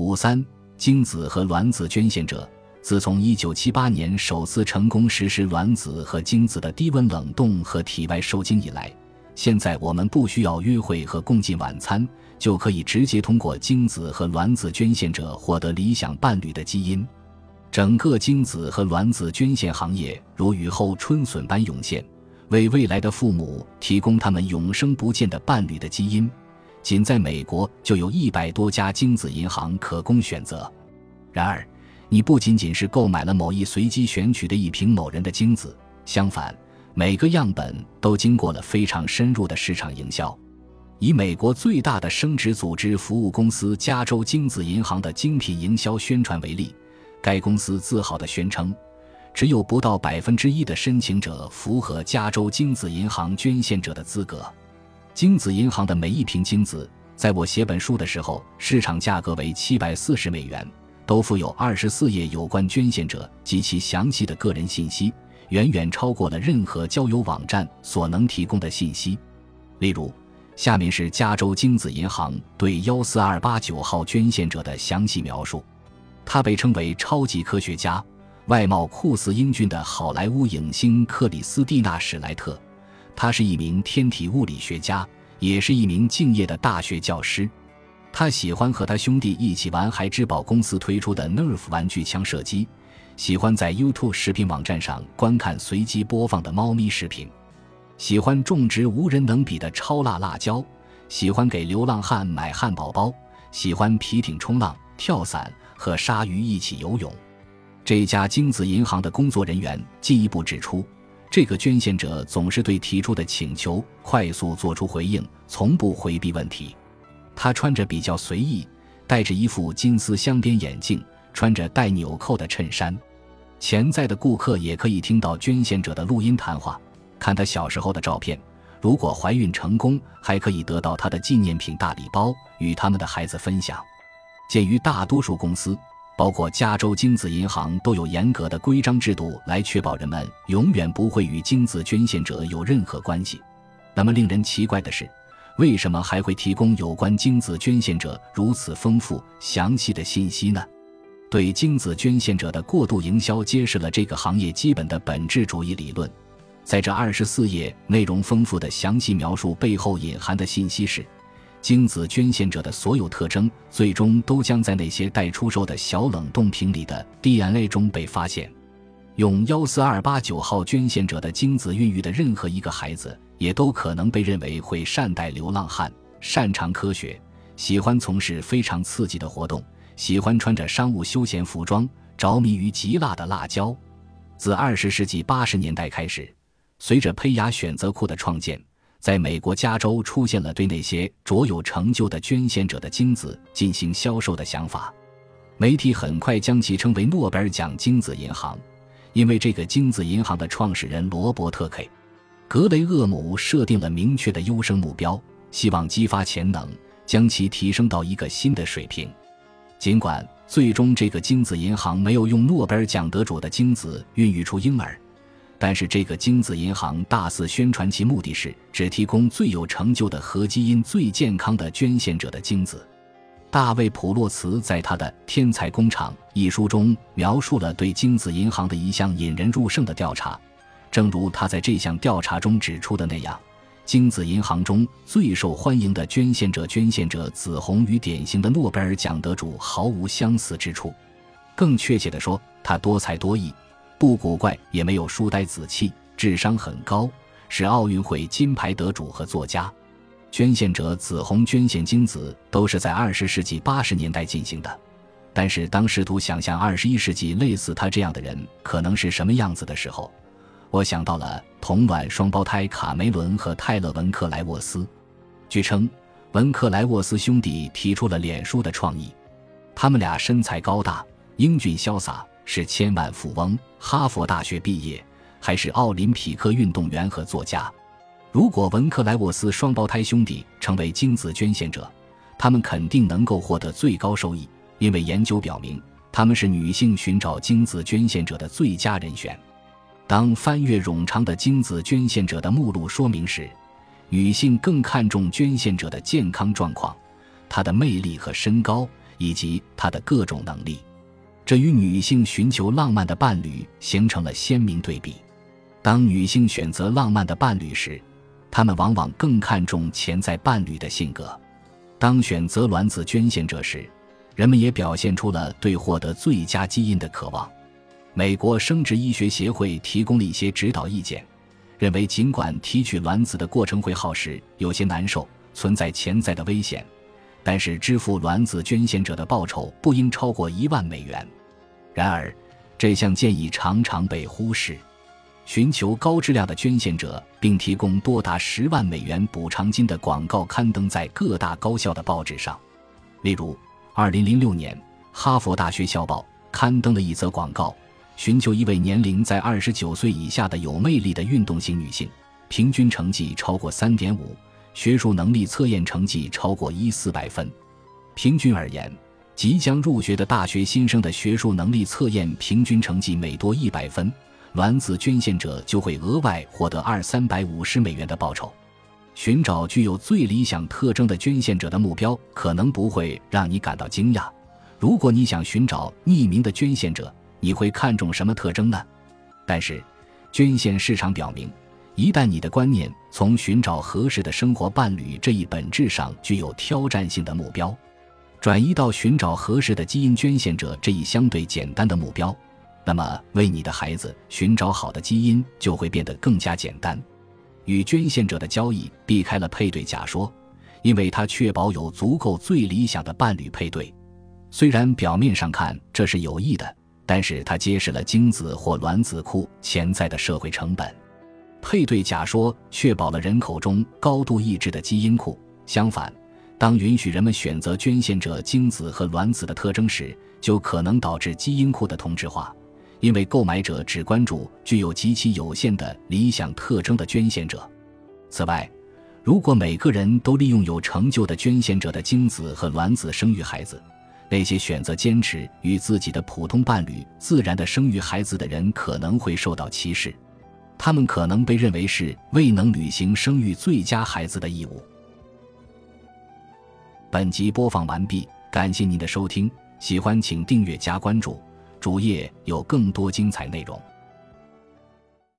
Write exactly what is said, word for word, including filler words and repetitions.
五三精子和卵子捐献者。自从一九七八年首次成功实施卵子和精子的低温冷冻和体外受精以来，现在我们不需要约会和共进晚餐，就可以直接通过精子和卵子捐献者获得理想伴侣的基因。整个精子和卵子捐献行业如雨后春笋般涌现，为未来的父母提供他们永生不见的伴侣的基因。仅在美国就有一百多家精子银行可供选择。然而你不仅仅是购买了某一随机选取的一瓶某人的精子，相反，每个样本都经过了非常深入的市场营销。以美国最大的生殖组织服务公司加州精子银行的精品营销宣传为例，该公司自豪地宣称，只有不到百分之一的申请者符合加州精子银行捐献者的资格。精子银行的每一瓶精子，在我写本书的时候，市场价格为七百四十美元。都附有二十四页有关捐献者及其详细的个人信息，远远超过了任何交友网站所能提供的信息。例如，下面是加州精子银行对一四二八九号捐献者的详细描述。他被称为超级科学家，外貌酷似英俊的好莱坞影星克里斯蒂娜·史莱特。他是一名天体物理学家，也是一名敬业的大学教师。他喜欢和他兄弟一起玩孩之宝公司推出的 Nerf 玩具枪射击，喜欢在 YouTube 视频网站上观看随机播放的猫咪视频，喜欢种植无人能比的超辣辣椒，喜欢给流浪汉买汉堡包，喜欢皮艇冲浪、跳伞和鲨鱼一起游泳。这家精子银行的工作人员进一步指出，这个捐献者总是对提出的请求快速做出回应，从不回避问题。他穿着比较随意，戴着一副金丝镶边眼镜，穿着带纽扣的衬衫。潜在的顾客也可以听到捐献者的录音谈话，看他小时候的照片，如果怀孕成功，还可以得到他的纪念品大礼包，与他们的孩子分享。鉴于大多数公司，包括加州精子银行，都有严格的规章制度来确保人们永远不会与精子捐献者有任何关系，那么令人奇怪的是，为什么还会提供有关精子捐献者如此丰富详细的信息呢？对精子捐献者的过度营销揭示了这个行业基本的本质主义理论。在这二十四页内容丰富的详细描述背后隐含的信息是，精子捐献者的所有特征最终都将在那些待出售的小冷冻瓶里的 D N A 中被发现。用一四二八九号捐献者的精子孕育的任何一个孩子，也都可能被认为会善待流浪汉，擅长科学，喜欢从事非常刺激的活动，喜欢穿着商务休闲服装，着迷于极辣的辣椒。自二十世纪八十年代开始，随着胚芽选择库的创建，在美国加州出现了对那些卓有成就的捐献者的精子进行销售的想法。媒体很快将其称为诺贝尔奖精子银行，因为这个精子银行的创始人罗伯特 K. 格雷厄姆设定了明确的优生目标，希望激发潜能，将其提升到一个新的水平。尽管最终这个精子银行没有用诺贝尔奖得主的精子孕育出婴儿，但是这个精子银行大肆宣传其目的是只提供最有成就的和基因最健康的捐献者的精子。大卫·普洛茨在他的《天才工厂》一书中描述了对精子银行的一项引人入胜的调查，正如他在这项调查中指出的那样，精子银行中最受欢迎的捐献者捐献者紫红与典型的诺贝尔奖得主毫无相似之处。更确切地说，他多才多艺，不古怪也没有书呆子气，智商很高，是奥运会金牌得主和作家。捐献者紫红捐献精子都是在二十世纪八十年代进行的，但是当试图想象二十一世纪类似他这样的人可能是什么样子的时候，我想到了同卵双胞胎卡梅伦和泰勒·文克莱沃斯。据称，文克莱沃斯兄弟提出了脸书的创意，他们俩身材高大，英俊潇洒，是千万富翁，哈佛大学毕业，还是奥林匹克运动员和作家。如果文克莱沃斯双胞胎兄弟成为精子捐献者，他们肯定能够获得最高收益，因为研究表明他们是女性寻找精子捐献者的最佳人选。当翻阅冗长的精子捐献者的目录说明时，女性更看重捐献者的健康状况，他的魅力和身高， 以及她的各种能力，这与女性寻求浪漫的伴侣形成了鲜明对比。当女性选择浪漫的伴侣时，她们往往更看重潜在伴侣的性格。当选择卵子捐献者时，人们也表现出了对获得最佳基因的渴望。美国生殖医学协会提供了一些指导意见，认为尽管提取卵子的过程会耗时，有些难受，存在潜在的危险，但是支付卵子捐献者的报酬不应超过一万美元。然而，这项建议常常被忽视。寻求高质量的捐献者并提供多达十万美元补偿金的广告刊登在各大高校的报纸上。例如，二零零六年，哈佛大学校报刊登了一则广告，寻求一位年龄在二十九岁以下的有魅力的运动型女性，平均成绩超过 三点五， 学术能力测验成绩超过一千四百分。平均而言，即将入学的大学新生的学术能力测验平均成绩每多一百分，卵子捐献者就会额外获得二三百五十美元的报酬。寻找具有最理想特征的捐献者的目标可能不会让你感到惊讶。如果你想寻找匿名的捐献者，你会看重什么特征呢？但是，捐献市场表明，一旦你的观念从寻找合适的生活伴侣这一本质上具有挑战性的目标，转移到寻找合适的基因捐献者这一相对简单的目标，那么为你的孩子寻找好的基因就会变得更加简单。与捐献者的交易避开了配对假说，因为它确保有足够最理想的伴侣配对。虽然表面上看这是有益的，但是它揭示了精子或卵子库潜在的社会成本。配对假说确保了人口中高度抑制的基因库，相反，当允许人们选择捐献者精子和卵子的特征时，就可能导致基因库的同质化，因为购买者只关注具有极其有限的理想特征的捐献者。此外，如果每个人都利用有成就的捐献者的精子和卵子生育孩子，那些选择坚持与自己的普通伴侣自然的生育孩子的人可能会受到歧视，他们可能被认为是未能履行生育最佳孩子的义务。本集播放完毕，感谢您的收听，喜欢请订阅加关注，主页有更多精彩内容。